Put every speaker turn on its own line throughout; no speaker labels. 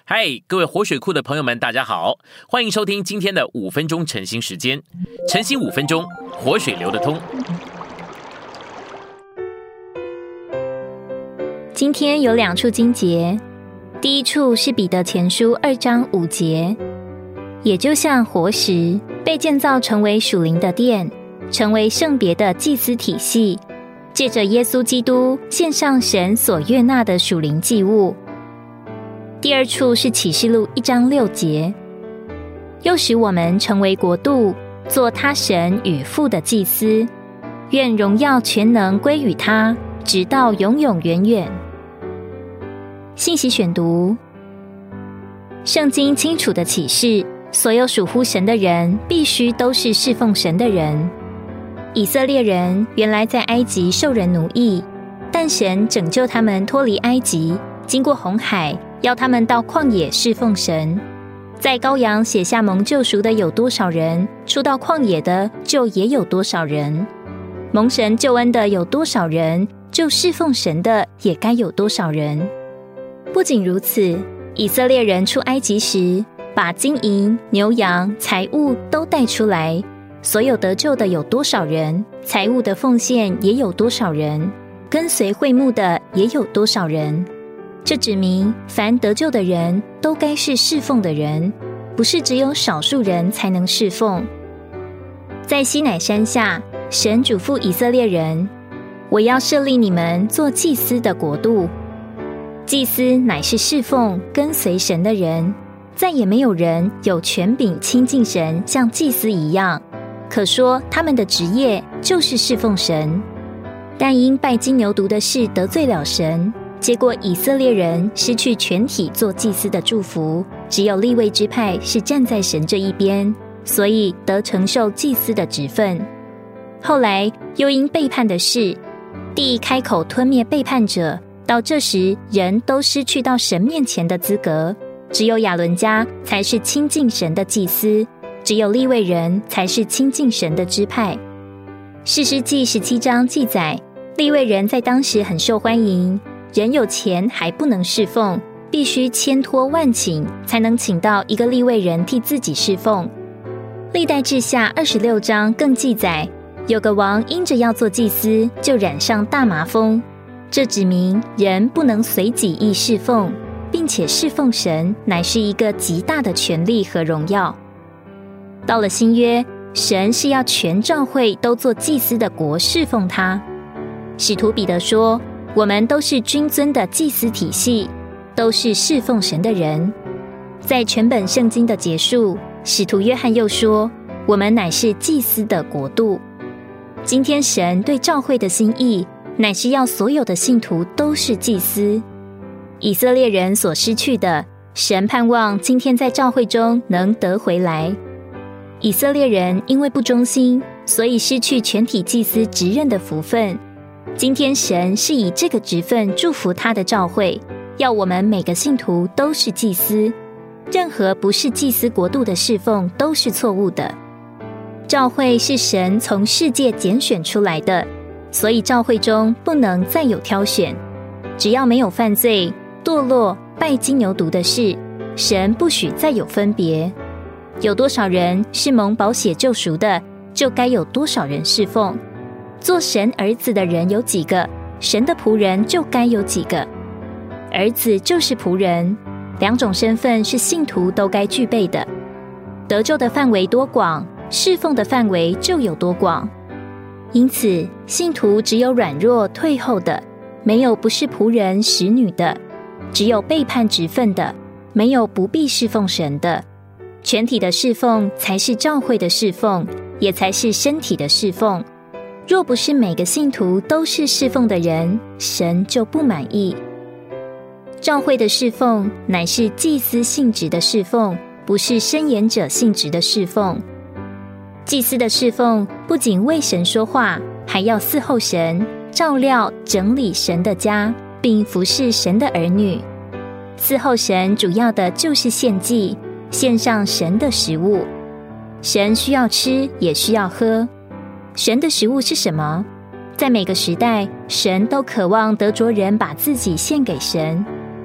嗨，各位活水库的朋友们，大家好，欢迎收听今天的5分钟晨兴时间。晨兴5分钟，活水流得通。
今天有2处经节，第一处是彼得前书2章5节，也就像活石被建造成为属灵的殿，成为圣别的祭司体系，借着耶稣基督献上神所悦纳的属灵祭物。第二处是启示录1章6节，又使我们成为国度，做他神与父的祭司，愿荣耀全能归于他，直到永永远远。信息选读，圣经清楚地启示，所有属乎神的人必须都是侍奉神的人。以色列人原来在埃及受人奴役，但神拯救他们脱离埃及，经过红海，要他们到旷野侍奉神。在羔羊写下蒙救赎的有多少人，出到旷野的就也有多少人。蒙神救恩的有多少人，就侍奉神的也该有多少人。不仅如此，以色列人出埃及时，把金银、牛羊、财物都带出来，所有得救的有多少人，财物的奉献也有多少人，跟随会幕的也有多少人。这指明凡得救的人都该是侍奉的人，不是只有少数人才能侍奉。在西乃山下，神嘱咐以色列人，我要设立你们做祭司的国度。祭司乃是侍奉跟随神的人，再也没有人有权柄亲近神像祭司一样，可说他们的职业就是侍奉神。但因拜金牛犊的事得罪了神，结果以色列人失去全体做祭司的祝福，只有利未支派是站在神这一边，所以得承受祭司的职分。后来又因背叛的事，地开口吞灭背叛者，到这时人都失去到神面前的资格，只有亚伦家才是亲近神的祭司，只有利未人才是亲近神的支派。士师记17章记载，利未人在当时很受欢迎，人有钱还不能侍奉，必须千托万请才能请到一个利未人替自己侍奉。历代志下26章更记载，有个王因着要做祭司，就染上大麻风，这指明人不能随己意侍奉，并且侍奉神乃是一个极大的权力和荣耀。到了新约，神是要全教会都做祭司的国侍奉他。使徒彼得说，我们都是君尊的祭司体系，都是侍奉神的人。在全本圣经的结束，使徒约翰又说，我们乃是祭司的国度。今天神对教会的心意，乃是要所有的信徒都是祭司。以色列人所失去的，神盼望今天在教会中能得回来。以色列人因为不忠心，所以失去全体祭司职任的福分。今天神是以这个职分祝福他的教会，要我们每个信徒都是祭司，任何不是祭司国度的侍奉都是错误的。教会是神从世界拣选出来的，所以教会中不能再有挑选。只要没有犯罪、堕落、拜金牛犊的事，神不许再有分别。有多少人是蒙宝血救赎的，就该有多少人侍奉。做神儿子的人有几个，神的仆人就该有几个。儿子就是仆人，2种身份是信徒都该具备的。得救的范围多广，侍奉的范围就有多广。因此信徒只有软弱退后的，没有不是仆人使女的，只有背叛职分的，没有不必侍奉神的。全体的侍奉才是教会的侍奉，也才是身体的侍奉。若不是每个信徒都是侍奉的人，神就不满意。教会的侍奉乃是祭司性质的侍奉，不是申言者性质的侍奉。祭司的侍奉不仅为神说话，还要伺候神，照料整理神的家，并服侍神的儿女。伺候神主要的就是献祭，献上神的食物。神需要吃，也需要喝。神的食物是什么？在每个时代，神都渴望得着人把自己献给神，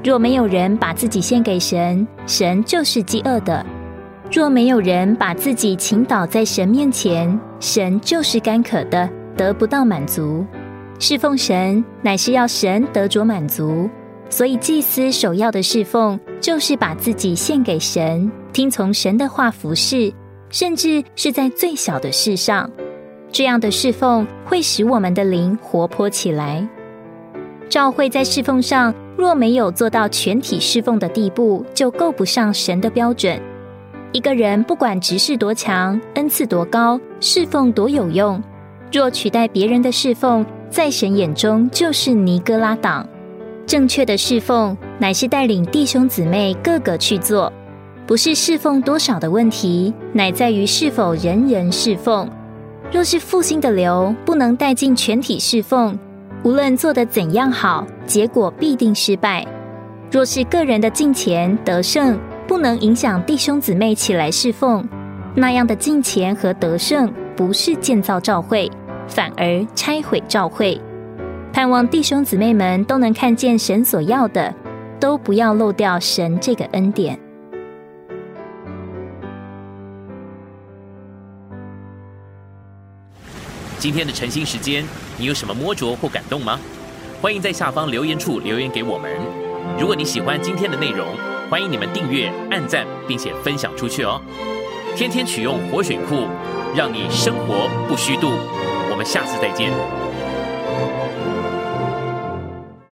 若没有人把自己献给神，神就是饥饿的；若没有人把自己倾倒在神面前，神就是干渴的，得不到满足。侍奉神乃是要神得着满足，所以祭司首要的侍奉就是把自己献给神，听从神的话服侍，甚至是在最小的事上。这样的侍奉会使我们的灵活泼起来。教会在侍奉上若没有做到全体侍奉的地步，就够不上神的标准。一个人不管职事多强，恩赐多高，侍奉多有用，若取代别人的侍奉，在神眼中就是尼哥拉党。正确的侍奉乃是带领弟兄姊妹个个去做，不是侍奉多少的问题，乃在于是否人人侍奉。若是复兴的流不能带进全体侍奉，无论做得怎样好，结果必定失败。若是个人的敬虔得胜不能影响弟兄姊妹起来侍奉，那样的敬虔和得胜不是建造教会，反而拆毁教会。盼望弟兄姊妹们都能看见神所要的，都不要漏掉神这个恩典。
今天的晨星时间，你有什么摸着或感动吗？欢迎在下方留言处留言给我们。如果你喜欢今天的内容，欢迎你们订阅、按赞，并且分享出去哦。天天取用活水库，让你生活不虚度。我们下次再见。